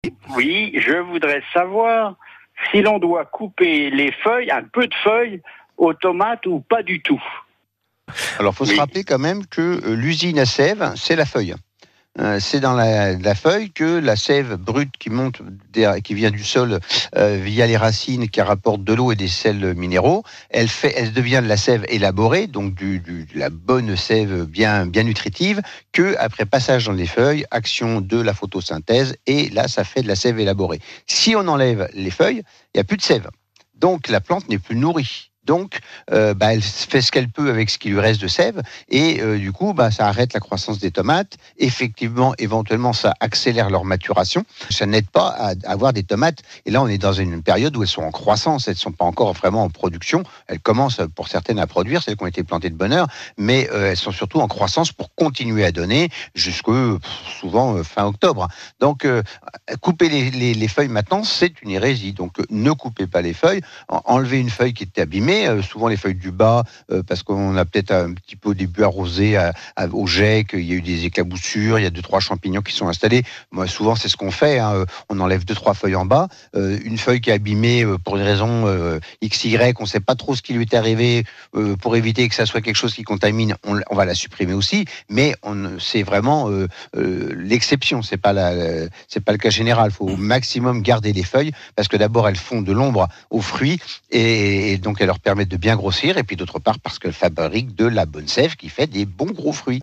Oui, je voudrais savoir si l'on doit couper les feuilles, un peu de feuilles, aux tomates ou pas du tout. Alors, il faut se Oui, rappeler quand même que l'usine à sève, c'est la feuille. C'est dans la feuille que la sève brute qui monte, qui vient du sol via les racines, qui rapporte de l'eau et des sels minéraux, elle devient de la sève élaborée, donc de la bonne sève bien nutritive, que après passage dans les feuilles, action de la photosynthèse, et là, ça fait de la sève élaborée. Si on enlève les feuilles, il n'y a plus de sève. Donc la plante n'est plus nourrie. Donc, elle fait ce qu'elle peut avec ce qui lui reste de sève, et du coup, ça arrête la croissance des tomates. Effectivement, éventuellement, ça accélère leur maturation. Ça n'aide pas à avoir des tomates. Et là, on est dans une période où elles sont en croissance. Elles ne sont pas encore vraiment en production. Elles commencent, pour certaines, à produire, celles qui ont été plantées de bonne heure, mais elles sont surtout en croissance pour continuer à donner jusque souvent fin octobre. Donc, couper les feuilles maintenant, c'est une hérésie. Donc, ne coupez pas les feuilles. Enlevez une feuille qui était abîmée, souvent les feuilles du bas, parce qu'on a peut-être un petit peu au début arrosé au jet, qu'il y a eu des éclaboussures, il y a 2-3 champignons qui sont installés. Moi, souvent, c'est ce qu'on fait. On enlève 2-3 feuilles en bas. Une feuille qui est abîmée pour une raison XY, on ne sait pas trop ce qui lui est arrivé, pour éviter que ça soit quelque chose qui contamine, on va la supprimer aussi. Mais c'est vraiment l'exception. C'est pas le cas général. Il faut au maximum garder les feuilles parce que d'abord, elles font de l'ombre aux fruits et donc elles leur permettent de bien grossir. Et puis d'autre part, parce qu'elles fabriquent de la bonne sève qui fait des bons gros fruits.